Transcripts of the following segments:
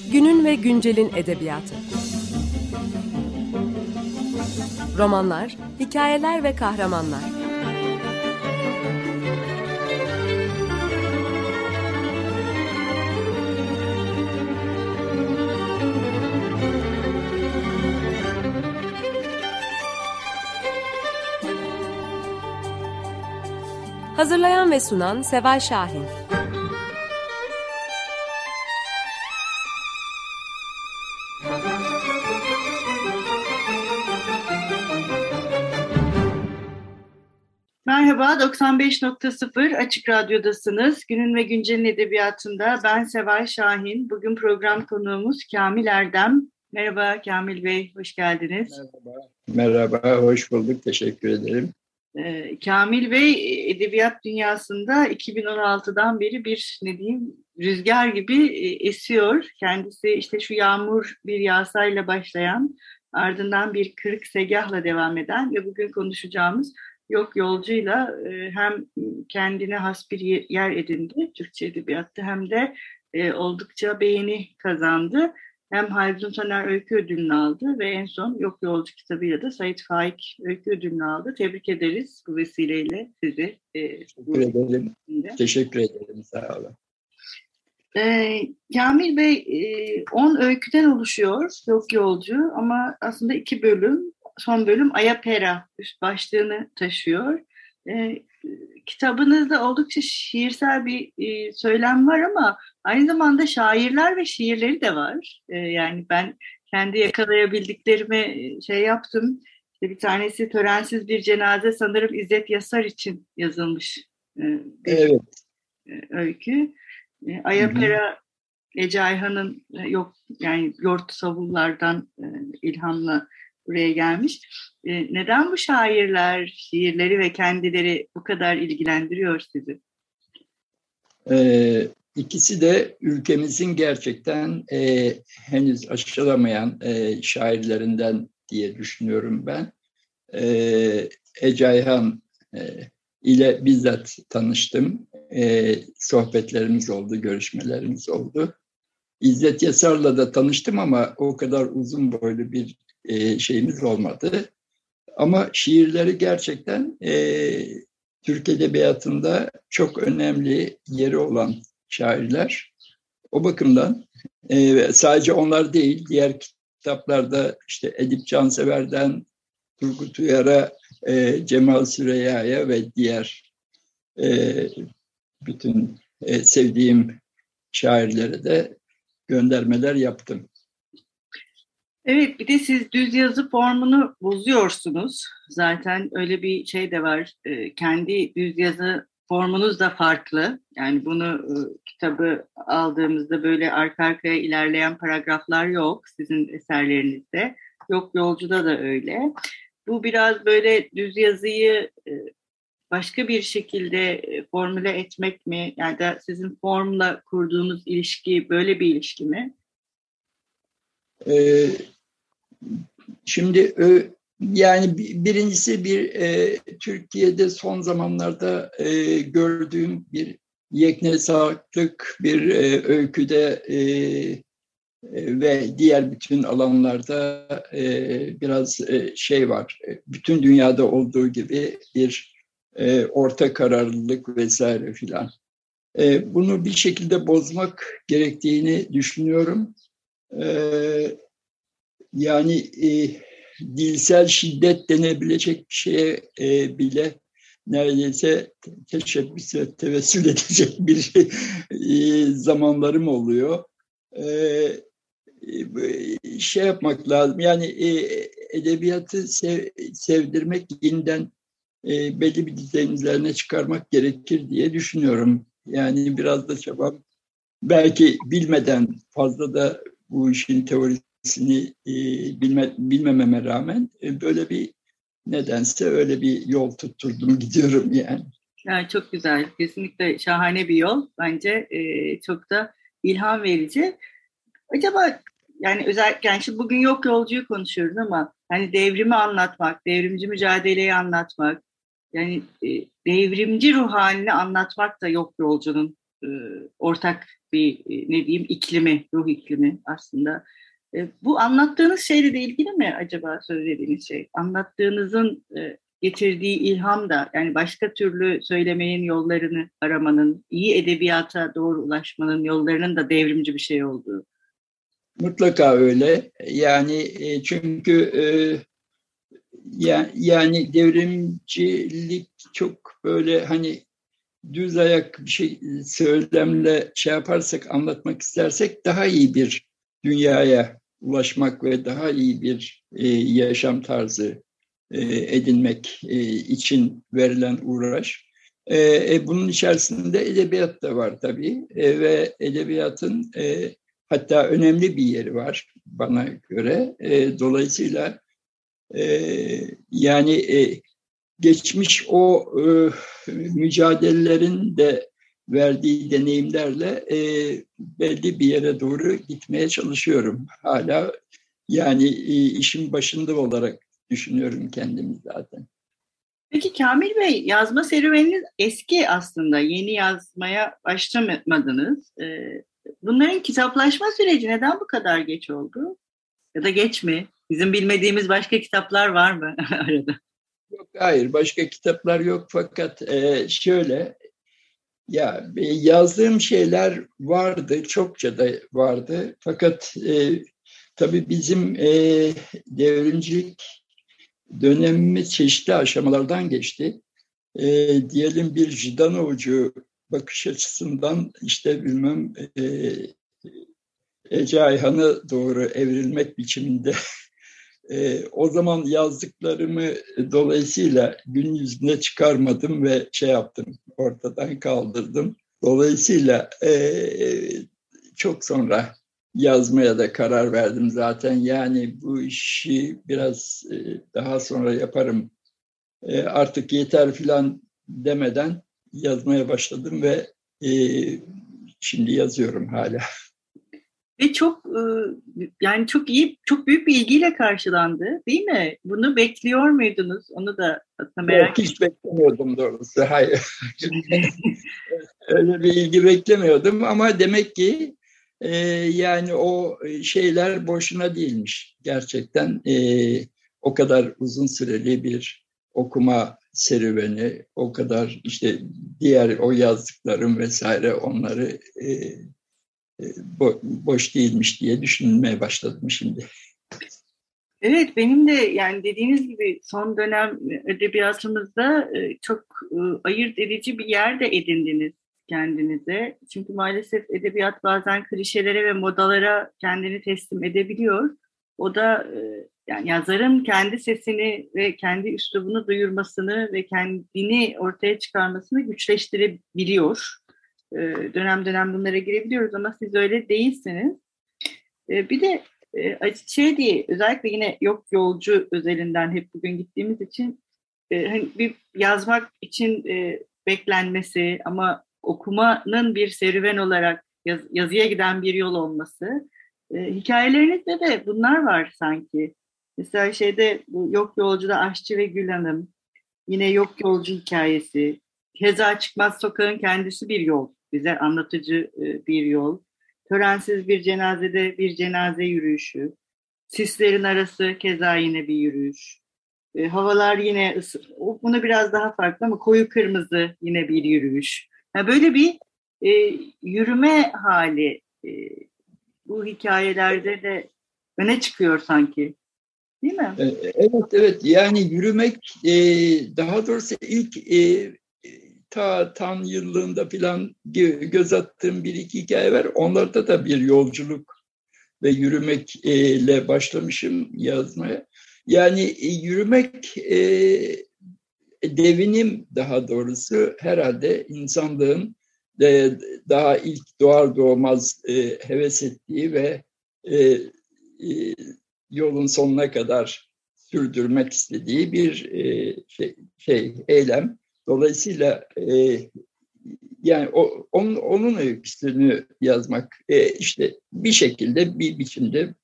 Günün ve güncelin edebiyatı. Romanlar, hikayeler ve kahramanlar. Hazırlayan ve sunan Seval Şahin. Merhaba, 95.0 Açık Radyo'dasınız. Günün ve Güncel'in edebiyatında ben Seval Şahin. Bugün program konuğumuz Kamil Erdem. Merhaba Kamil Bey, hoş geldiniz. Merhaba, hoş bulduk. Teşekkür ederim. Kamil Bey, edebiyat dünyasında 2016'dan beri bir rüzgar gibi esiyor. Kendisi işte şu Yağmur Bir Yağsayla başlayan, ardından bir Kırık Segah'la devam eden ve bugün konuşacağımız Yok Yolcu'yla hem kendine has bir yer edindi Türkçe edebiyatta hem de oldukça beğeni kazandı. Hem Haldun Taner Öykü Ödülünü aldı ve en son Yok Yolcu kitabıyla da Sait Faik Öykü Ödülünü aldı. Tebrik ederiz bu vesileyle sizi. Teşekkür ederim. Teşekkür ederim. Sağ olun. Kamil Bey 10 öyküden oluşuyor Yok Yolcu ama aslında 2 bölüm. Son bölüm Ayapera üst başlığını taşıyor. Kitabınızda oldukça şiirsel bir söylem var ama aynı zamanda şairler ve şiirleri de var. Yani ben kendi yakalayabildiklerimi yaptım. İşte bir tanesi Törensiz Bir Cenaze, sanırım İzzet Yasar için yazılmış bir öykü. Ayapera Ece Ayhan'ın Yoğurt Savullar'dan ilhamla buraya gelmiş. Neden bu şairler, şiirleri ve kendileri bu kadar ilgilendiriyor sizi? İkisi de ülkemizin gerçekten henüz aşılamayan şairlerinden diye düşünüyorum ben. Ece Ayhan ile bizzat tanıştım. Sohbetlerimiz oldu, görüşmelerimiz oldu. İzzet Yasar'la da tanıştım ama o kadar uzun boylu bir şeyimiz olmadı. Ama şiirleri gerçekten Türk Edebiyatı'nda çok önemli yeri olan şairler. O bakımdan sadece onlar değil, diğer kitaplarda işte Edip Cansever'den Turgut Uyar'a, Cemal Süreyya'ya ve diğer bütün sevdiğim şairlere de göndermeler yaptım. Evet, bir de siz düz yazı formunu bozuyorsunuz. Zaten öyle bir şey de var. Kendi düz yazı formunuz da farklı. Yani bunu kitabı aldığımızda böyle arka arkaya ilerleyen paragraflar yok sizin eserlerinizde. Yok Yolcu'da da öyle. Bu biraz böyle düz yazıyı başka bir şekilde formüle etmek mi? Yani da sizin formla kurduğunuz ilişki böyle bir ilişki mi? Şimdi yani birincisi Türkiye'de son zamanlarda gördüğüm bir yeknesaklık, bir öyküde ve diğer bütün alanlarda biraz şey var. Bütün dünyada olduğu gibi bir orta kararlılık vesaire filan. Bunu bir şekilde bozmak gerektiğini düşünüyorum. Yani dilsel şiddet denebilecek bir şeye bile neredeyse teşebbüse tevessül edecek bir zamanlarım oluyor. Şey yapmak lazım. Yani edebiyatı sevdirmek, yeniden belli bir düzeyin üzerine çıkarmak gerekir diye düşünüyorum. Yani biraz da çabam, belki bilmeden fazla da bu işin teorisini bilmememe rağmen böyle bir nedense öyle bir yol tutturdum, gidiyorum yani. Yani çok güzel, kesinlikle şahane bir yol bence, çok da ilham verici. Acaba yani özellikle yani şimdi bugün Yok Yolcu'yu konuşuyoruz ama hani devrimi anlatmak, devrimci mücadeleyi anlatmak, yani devrimci ruh halini anlatmak da Yok Yolcu'nun ortak bir ne diyeyim iklimi, ruh iklimi aslında. Bu anlattığınız şeyle de ilgili mi acaba söylediğiniz şey? Anlattığınızın getirdiği ilham da yani başka türlü söylemenin yollarını aramanın, iyi edebiyata doğru ulaşmanın yollarının da devrimci bir şey olduğu. Mutlaka öyle. Yani çünkü yani devrimcilik çok böyle hani düz ayak bir şey söylemle şey yaparsak, anlatmak istersek daha iyi bir dünyaya ulaşmak ve daha iyi bir yaşam tarzı edinmek için verilen uğraş. Bunun içerisinde edebiyat da var tabii ve edebiyatın hatta önemli bir yeri var bana göre. Dolayısıyla yani geçmiş o mücadelelerin de verdiği deneyimlerle belli bir yere doğru gitmeye çalışıyorum. Hala yani işin başında olarak düşünüyorum kendimi zaten. Peki Kamil Bey, yazma serüveniniz eski aslında. Yeni yazmaya başlamadınız. Bunların kitaplaşma süreci neden bu kadar geç oldu? Ya da geç mi? Bizim bilmediğimiz başka kitaplar var mı arada? Yok, hayır, başka kitaplar yok fakat şöyle ya yazdığım şeyler vardı, çokça da vardı fakat tabii bizim devrimcilik dönemimiz çeşitli aşamalardan geçti. Diyelim bir Jidanoğlu bakış açısından işte bilmem Ece Ayhan'a doğru evrilmek biçiminde o zaman yazdıklarımı dolayısıyla gün yüzüne çıkarmadım ve şey yaptım, ortadan kaldırdım. Dolayısıyla çok sonra yazmaya da karar verdim zaten. Yani bu işi biraz daha sonra yaparım. Artık yeter filan demeden yazmaya başladım ve şimdi yazıyorum hala. Ve çok yani çok iyi, çok büyük bir ilgiyle karşılandı, değil mi? Bunu bekliyor muydunuz? Onu da aslında merak Yok, hiç beklemiyordum doğrusu. Hayır. Öyle bir ilgi beklemiyordum ama demek ki yani o şeyler boşuna değilmiş. Gerçekten o kadar uzun süreli bir okuma serüveni, o kadar işte diğer o yazdıklarım vesaire onları boş değilmiş diye düşünmeye başladım şimdi. Evet, benim de yani dediğiniz gibi son dönem edebiyatımızda çok ayırt edici bir yer de edindiniz kendinize. Çünkü maalesef edebiyat bazen klişelere ve modalara kendini teslim edebiliyor. O da yani yazarın kendi sesini ve kendi üslubunu duyurmasını ve kendini ortaya çıkarmasını güçleştirebiliyor. Dönem dönem bunlara girebiliyoruz ama siz öyle değilsiniz. Bir de şey diye özellikle yine yok yolcu özelinden hep bugün gittiğimiz için hani bir yazmak için beklenmesi ama okumanın bir serüven olarak yazıya giden bir yol olması. Hikayelerinizde de bunlar var sanki. Mesela şeyde bu yok yolcuda Aşçı ve Gül Hanım, yine yok yolcu hikayesi. Keza Çıkmaz Sokağın kendisi bir yol, bize anlatıcı bir yol. Törensiz bir cenazede bir cenaze yürüyüşü. Sislerin arası keza yine bir yürüyüş. Havalar yine buna biraz daha farklı ama koyu kırmızı yine bir yürüyüş. Yani böyle bir yürüme hali bu hikayelerde de öne çıkıyor sanki. Değil mi? Evet, yani yürümek daha doğrusu ilk ta Tan yıllığında falan göz attığım bir iki hikaye var. Onlarda da bir yolculuk ve yürümekle başlamışım yazmaya. Yani yürümek devinim daha doğrusu herhalde insanlığın daha ilk doğar doğmaz heves ettiği ve yolun sonuna kadar sürdürmek istediği bir eylem. Dolayısıyla yani onun öyküsünü yazmak işte bir şekilde bir biçimde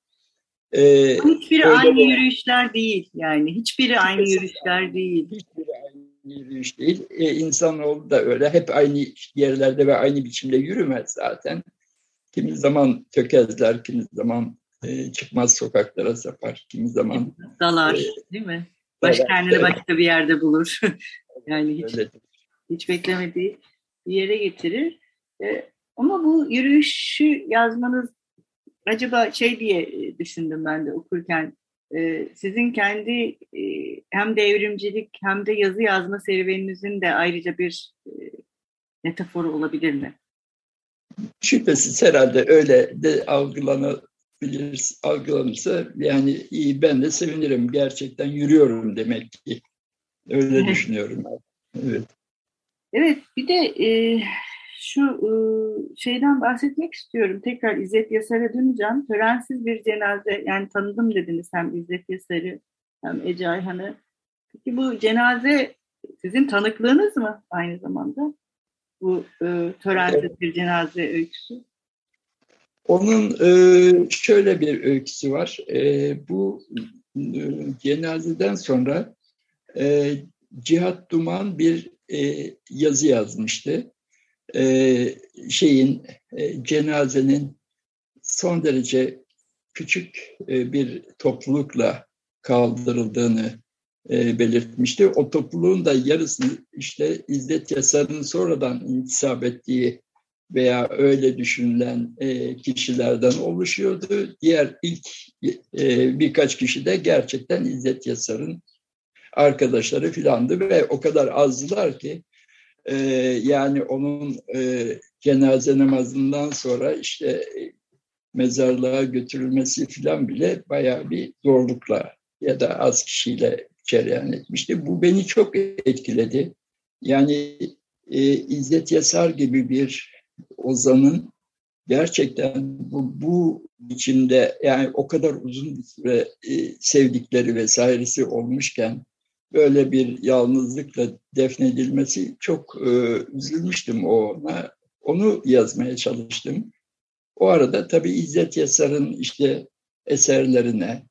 hiçbiri aynı yürüyüşler değil yani. Hiçbiri aynı yürüyüşler değil. Hiçbiri aynı yürüyüş değil. İnsanoğlu da öyle. Hep aynı yerlerde ve aynı biçimde yürümez zaten. Kimi zaman tökezler, kimi zaman çıkmaz sokaklara sapar, kimi zaman dalar, değil mi? dalar. Kendini Evet, başka bir yerde bulur. Yani öyle. hiç beklemediği bir yere getirir. Ama bu yürüyüşü yazmanız acaba şey diye düşündüm ben de okurken. Sizin kendi hem devrimcilik hem de yazı yazma serüveninizin de ayrıca bir metaforu olabilir mi? Şüphesiz herhalde öyle de algılanırsa yani iyi, ben de sevinirim. Gerçekten yürüyorum demek ki. Öyle düşünüyorum. Evet. Evet, bir de şu şeyden bahsetmek istiyorum. Tekrar İzzet Yasar'a döneceğim. Törensiz bir cenaze, yani tanıdım dediniz hem İzzet Yasar'ı hem Ece Ayhan'ı. Peki bu cenaze sizin tanıklığınız mı aynı zamanda? Bu törensiz bir cenaze öyküsü. Onun şöyle bir öyküsü var. Bu cenazeden sonra Cihat Duman bir yazı yazmıştı. Cenazenin son derece küçük bir toplulukla kaldırıldığını belirtmişti. O topluluğun da yarısını işte İzzet Yasar'ın sonradan intisap ettiği veya öyle düşünülen kişilerden oluşuyordu. Diğer ilk birkaç kişi de gerçekten İzzet Yasar'ın arkadaşları filandı ve o kadar azdılar ki yani onun cenaze namazından sonra işte mezarlığa götürülmesi filan bile bayağı bir zorlukla ya da az kişiyle cereyan etmişti. Bu beni çok etkiledi. Yani İzzet Yasar gibi bir ozanın gerçekten bu biçimde yani o kadar uzun bir süre sevdikleri vesairesi olmuşken böyle bir yalnızlıkla defnedilmesi çok üzülmüştüm ona. Onu yazmaya çalıştım. O arada tabii İzzet Yasar'ın işte eserlerine,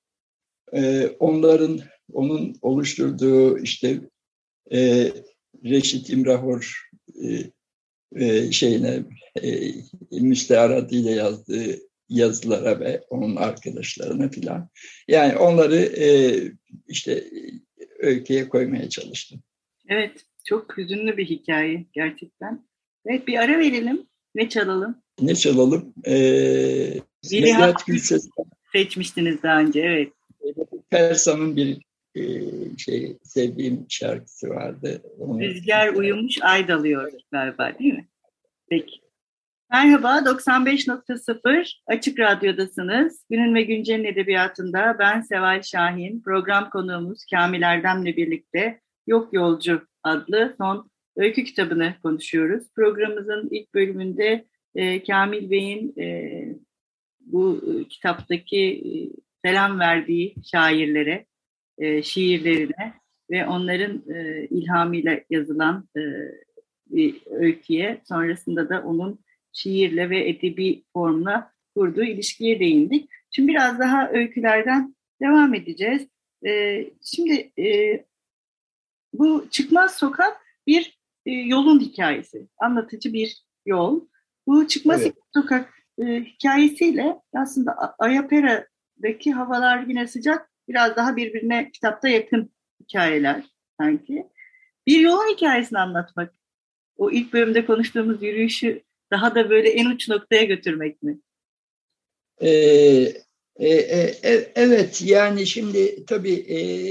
onun oluşturduğu işte Reşit İmrahor müsteharatıyla yazdığı yazılara ve onun arkadaşlarına filan. Yani onları işte öyküye koymaya çalıştım. Evet, çok hüzünlü bir hikaye gerçekten. Evet, bir ara verelim. Ne çalalım? Ne çalalım? Melahat Gülses'ten seçmiştiniz daha önce, evet. Persa'nın bir sevdiğim şarkısı vardı. Rüzgar uyumuş, ay dalıyor galiba, değil mi? Peki. Merhaba, 95.0 Açık Radyo'dasınız. Günün ve Güncel'in edebiyatında ben Seval Şahin. Program konuğumuz Kamil Erdem'le birlikte Yok Yolcu adlı son öykü kitabını konuşuyoruz. Programımızın ilk bölümünde Kamil Bey'in bu kitaptaki selam verdiği şairlere, şiirlerine ve onların ilhamıyla yazılan bir öyküye, sonrasında da onun şiirle ve edebi formla kurduğu ilişkiye değindik. Şimdi biraz daha öykülerden devam edeceğiz. Şimdi bu Çıkmaz Sokak bir yolun hikayesi, anlatıcı bir yol. Bu Çıkmaz Sokak hikayesiyle aslında Ayapera'daki havalar yine sıcak, biraz daha birbirine kitapta yakın hikayeler sanki. Bir yolun hikayesini anlatmak, o ilk bölümde konuştuğumuz yürüyüşü daha da böyle en uç noktaya götürmek mi? Evet, yani şimdi tabii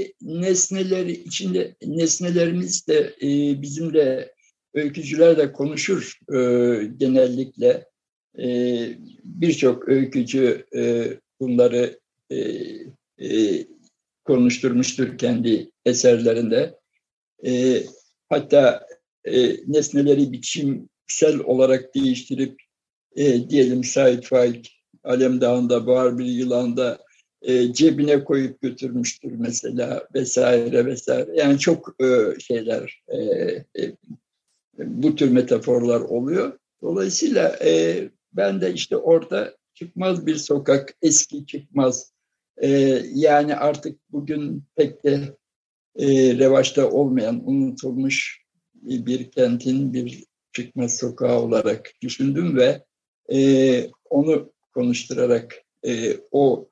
nesnelerimiz de bizim de öykücüler de konuşur genellikle. Birçok öykücü bunları konuşturmuştur kendi eserlerinde. Hatta nesneleri biçimsel olarak değiştirip diyelim Said Faik Alemdağ'ında Bağır Bir Yılan'da cebine koyup götürmüştür mesela vesaire vesaire. Yani çok şeyler bu tür metaforlar oluyor. Dolayısıyla ben de işte orada çıkmaz bir sokak, eski çıkmaz. Yani artık bugün pek de revaçta olmayan, unutulmuş bir kentin bir çıkmaz sokağı olarak düşündüm ve onu konuşturarak o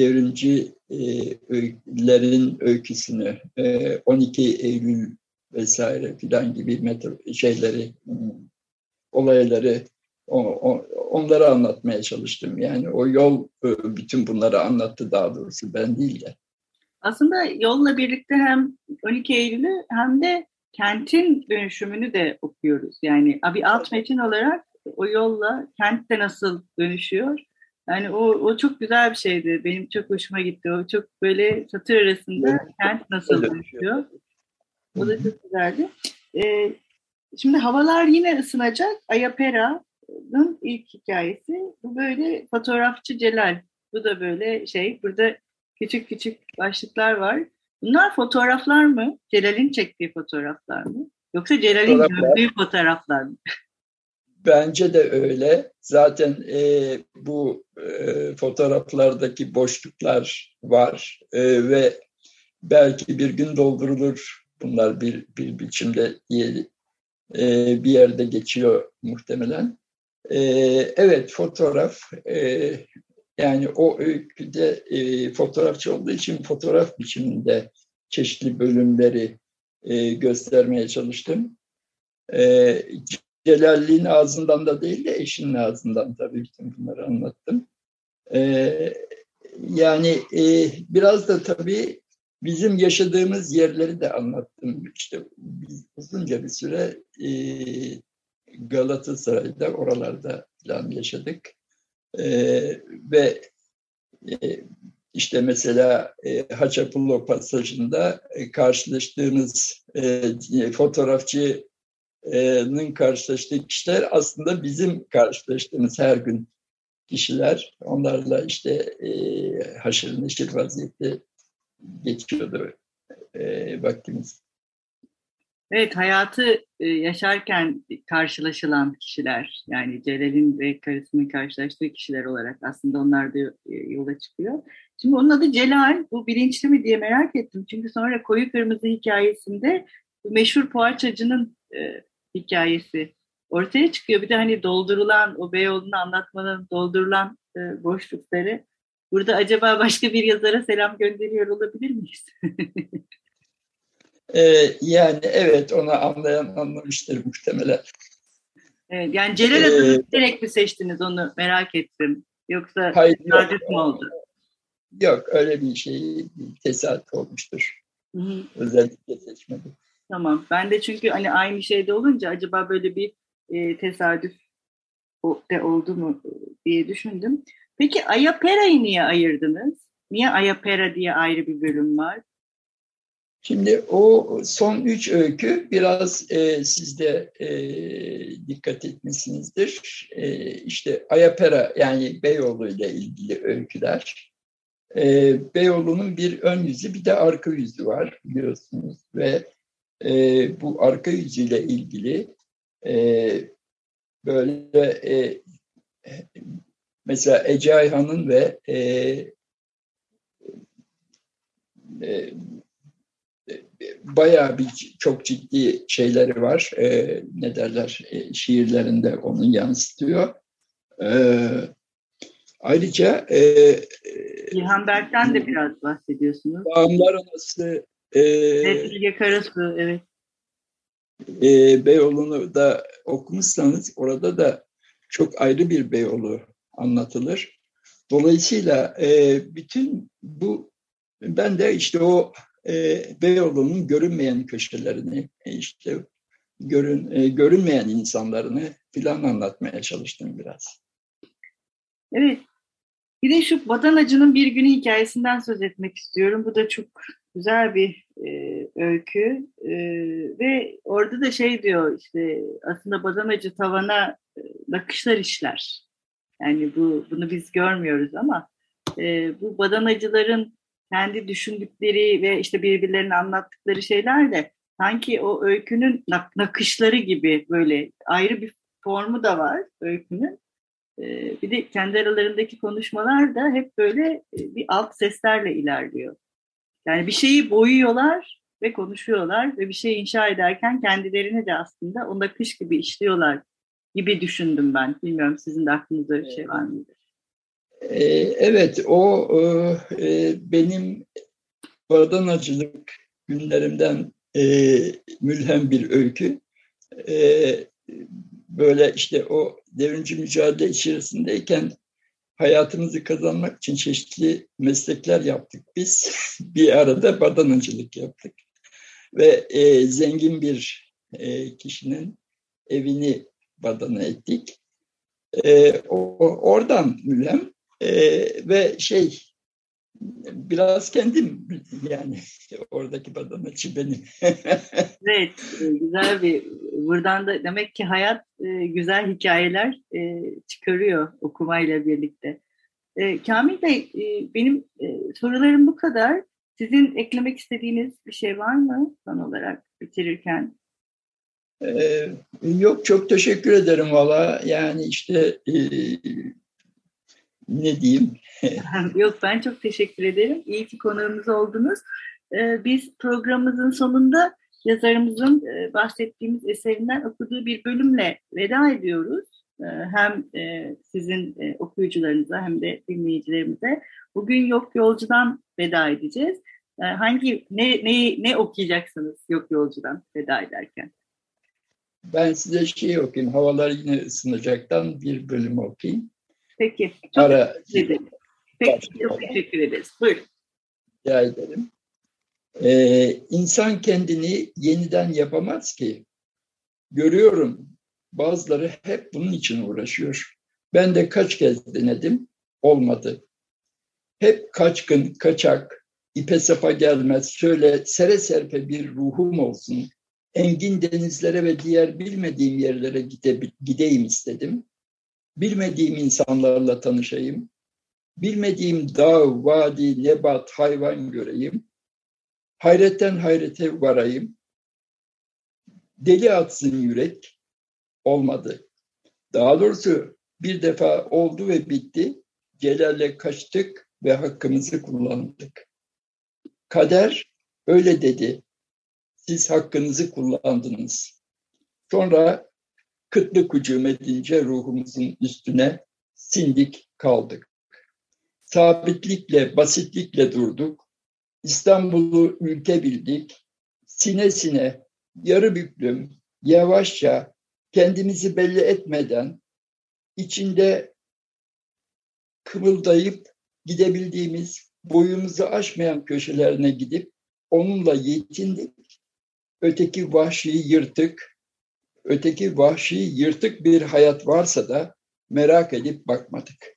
devrimcilerin öyküsünü, 12 Eylül vesaire filan gibi şeyleri, olayları onları anlatmaya çalıştım. Yani o yol bütün bunları anlattı, daha doğrusu ben değil de. Aslında yolla birlikte hem 12 Eylül'ü hem de kentin dönüşümünü de okuyoruz. Yani bir alt metin olarak o yolla kent de nasıl dönüşüyor? Yani o çok güzel bir şeydi. Benim çok hoşuma gitti. O çok böyle satır arasında kent nasıl dönüşüyor. Bu da çok güzeldi. Şimdi havalar yine ısınacak. Ayapera'nın ilk hikayesi. Bu böyle fotoğrafçı Celal. Bu da böyle burada küçük küçük başlıklar var. Bunlar fotoğraflar mı? Celal'in çektiği fotoğraflar mı? Yoksa Celal'in gördüğü fotoğraflar mı? Bence de öyle. Zaten bu fotoğraflardaki boşluklar var ve belki bir gün doldurulur bunlar bir biçimde diye bir yerde geçiyor muhtemelen. Evet, fotoğraf yani o öyküde fotoğrafçı olduğu için fotoğraf biçiminde çeşitli bölümleri göstermeye çalıştım. Celal'in ağzından da değil de eşinin ağzından tabii bütün bunları anlattım. Yani biraz da tabii bizim yaşadığımız yerleri de anlattım. İşte biz uzunca bir süre Galatasaray'da, oralarda falan yaşadık. Ve işte mesela Haçapuro pasajında karşılaştığımız fotoğrafçının karşılaştığı kişiler aslında bizim karşılaştığımız her gün kişiler. Onlarla işte haşır neşir vaziyette geçiyordu vaktimiz. Evet, hayatı yaşarken karşılaşılan kişiler, yani Celal'in ve karısının karşılaştığı kişiler olarak aslında onlar da yola çıkıyor. Şimdi onun adı Celal, bu bilinçli mi diye merak ettim. Çünkü sonra Koyu Kırmızı hikayesinde bu meşhur poğaçacının hikayesi ortaya çıkıyor. Bir de hani doldurulan, o Beyoğlu'nu anlatmanın doldurulan boşlukları. Burada acaba başka bir yazara selam gönderiyor olabilir miyiz? Yani evet, onu anlayan anlamıştır muhtemelen. Evet, yani Celal adını direkt mi seçtiniz, onu merak ettim. Yoksa tesadüf mü oldu? Yok, öyle bir şey tesadüf olmuştur. Hı-hı. Özellikle seçmedim. Tamam. Ben de çünkü hani aynı şeyde olunca acaba böyle bir tesadüf de oldu mu diye düşündüm. Peki Ayapera'yı niye ayırdınız? Niye Ayapera diye ayrı bir bölüm var? Şimdi o son 3 öykü biraz siz de dikkat etmişsinizdir. İşte Ayapera, yani Beyoğlu ile ilgili öyküler. Beyoğlu'nun bir ön yüzü bir de arka yüzü var biliyorsunuz ve bu arka yüzüyle ilgili böyle mesela Ece Ayhan'ın ve bayağı çok ciddi şeyleri var. Ne derler? Şiirlerinde onu yansıtıyor. Ayrıca İlhan Berk'ten de biraz bahsediyorsunuz. Bağımlar Anası Bilge Karasu, evet. Beyoğlu'nu da okumuşsanız orada da çok ayrı bir Beyoğlu anlatılır. Dolayısıyla bütün bu, ben de işte o Beyoğlu'nun görünmeyen köşelerini, işte görünmeyen insanlarını filan anlatmaya çalıştım biraz. Evet. Bir de şu Badanacı'nın bir günü hikayesinden söz etmek istiyorum. Bu da çok güzel bir öykü. Ve orada da diyor, işte aslında Badanacı tavana nakışlar işler. Yani bunu biz görmüyoruz ama bu badanacıların kendi düşündükleri ve işte birbirlerine anlattıkları şeyler de sanki o öykünün nakışları gibi, böyle ayrı bir formu da var öykünün. Bir de kendi aralarındaki konuşmalar da hep böyle bir alt seslerle ilerliyor. Yani bir şeyi boyuyorlar ve konuşuyorlar ve bir şey inşa ederken kendilerini de aslında onda kış gibi işliyorlar gibi düşündüm ben. Bilmiyorum sizin de aklınızda bir şey var mıdır? Evet, o benim badanacılık günlerimden mülhem bir öykü. Böyle işte o devrimci mücadele içerisindeyken hayatımızı kazanmak için çeşitli meslekler yaptık biz. Bir arada badanacılık yaptık. Ve zengin bir kişinin evini badana ettik. Oradan mülhem ve biraz kendim yani oradaki badanacı benim. Evet, güzel buradan da demek ki hayat güzel hikayeler çıkarıyor okumayla birlikte. Kamil Bey, benim sorularım bu kadar. Sizin eklemek istediğiniz bir şey var mı son olarak bitirirken? Yok, çok teşekkür ederim valla. Yani işte ne diyeyim? Yok, ben çok teşekkür ederim. İyi ki konuğumuz oldunuz. Biz programımızın sonunda yazarımızın bahsettiğimiz eserinden okuduğu bir bölümle veda ediyoruz. Hem sizin okuyucularınıza hem de dinleyicilerimize. Bugün Yok Yolcu'dan veda edeceğiz. Ne okuyacaksınız Yok Yolcu'dan veda ederken? Ben size okuyayım. Havalar yine ısınacaktan bir bölüm okuyayım. Peki. Çok teşekkür ederim. Peki, çok teşekkür ederiz. Buyurun. Rica ederim. İnsan kendini yeniden yapamaz ki. Görüyorum, bazıları hep bunun için uğraşıyor. Ben de kaç kez denedim, olmadı. Hep kaçkın, kaçak, ipe sapa gelmez, şöyle sere serpe bir ruhum olsun. Engin denizlere ve diğer bilmediğim yerlere gideyim istedim. Bilmediğim insanlarla tanışayım. Bilmediğim dağ, vadi, nebat, hayvan göreyim. Hayretten hayrete varayım. Deli atsın yürek. Olmadı. Daha doğrusu bir defa oldu ve bitti. Celal'le kaçtık ve hakkımızı kullandık. Kader öyle dedi. Siz hakkınızı kullandınız. Sonra kıtlık hücum edince ruhumuzun üstüne sindik kaldık. Sabitlikle, basitlikle durduk. İstanbul'u ülke bildik. Sine sine, yarı büklüm, yavaşça, kendimizi belli etmeden, içinde kımıldayıp gidebildiğimiz, boyumuzu aşmayan köşelerine gidip onunla yetindik. Öteki vahşi yırtık bir hayat varsa da merak edip bakmadık.